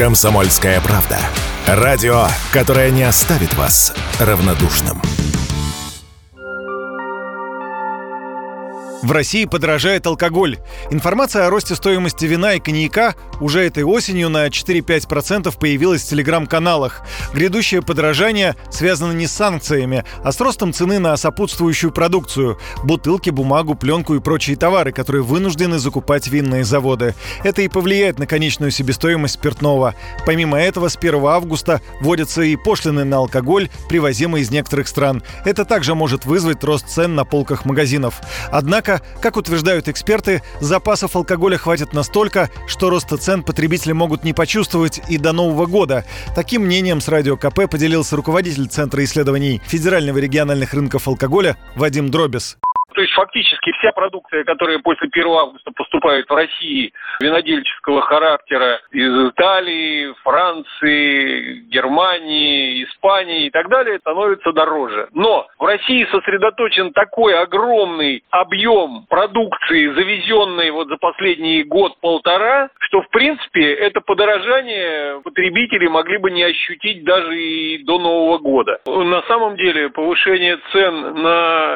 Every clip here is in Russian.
«Комсомольская правда». Радио, которое не оставит вас равнодушным. В России подорожает алкоголь. Информация о росте стоимости вина и коньяка уже этой осенью на 4-5% появилась в телеграм-каналах. Грядущее подорожание связано не с санкциями, а с ростом цены на сопутствующую продукцию – бутылки, бумагу, пленку и прочие товары, которые вынуждены закупать винные заводы. Это и повлияет на конечную себестоимость спиртного. Помимо этого, с 1 августа вводятся и пошлины на алкоголь, привозимый из некоторых стран. Это также может вызвать рост цен на полках магазинов. Однако, как утверждают эксперты, запасов алкоголя хватит настолько, что роста цен потребители могут не почувствовать и до Нового года. Таким мнением с Радио КП поделился руководитель Центра исследований федерального и региональных рынков алкоголя Вадим Дробис. То есть фактически вся продукция, которая после 1 августа поступает в России винодельческого характера из Италии, Франции, Германии, Испании и так далее, становится дороже. Но в России сосредоточен такой огромный объем продукции, завезенной вот за последний год-полтора, что в принципе это подорожание потребители могли бы не ощутить даже и до Нового года. На самом деле повышение цен на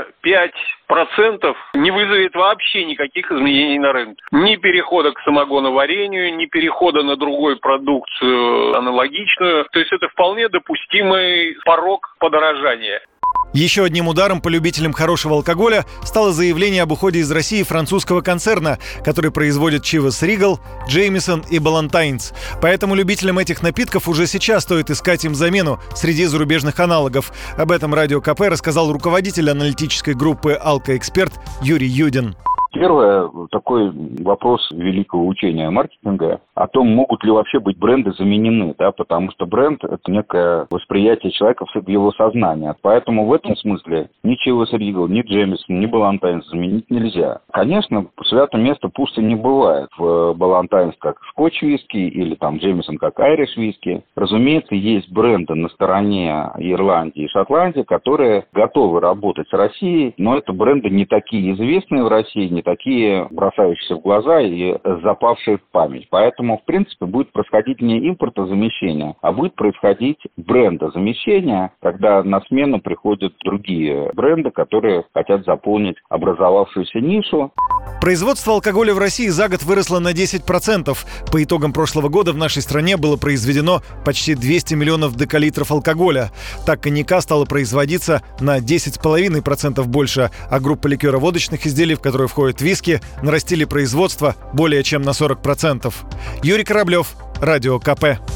5% не вызовет вообще никаких изменений на рынке. Ни перехода к самогоноварению, ни перехода на другую продукцию аналогичную. То есть это вполне допустимый порог подорожания. Еще одним ударом по любителям хорошего алкоголя стало заявление об уходе из России французского концерна, который производит Chivas Regal, Jameson и Ballantine's. Поэтому любителям этих напитков уже сейчас стоит искать им замену среди зарубежных аналогов. Об этом Радио КП рассказал руководитель аналитической группы «Алко-эксперт» Юрий Юдин. Первое, такой вопрос великого учения маркетинга о том, могут ли вообще быть бренды заменены, да, потому что бренд – это некое восприятие человека в его сознании. Поэтому в этом смысле ни Chivas Regal, ни Jameson, ни Ballantine's заменить нельзя. Конечно, свято место пусто не бывает. В Ballantine's как скотч-виски или там Jameson как айриш-виски. Разумеется, есть бренды на стороне Ирландии и Шотландии, которые готовы работать с Россией, но это бренды не такие известные в России, не такие бросающиеся в глаза и запавшие в память. Поэтому, в принципе, будет происходить не импортозамещение, а будет происходить брендозамещение, когда на смену приходят другие бренды, которые хотят заполнить образовавшуюся нишу. Производство алкоголя в России за год выросло на 10%. По итогам прошлого года в нашей стране было произведено почти 200 миллионов декалитров алкоголя. Так, коньяка стало производиться на 10,5% больше, а группа ликероводочных изделий, в которые входят виски, нарастили производство более чем на 40%. Юрий Кораблев, Радио КП.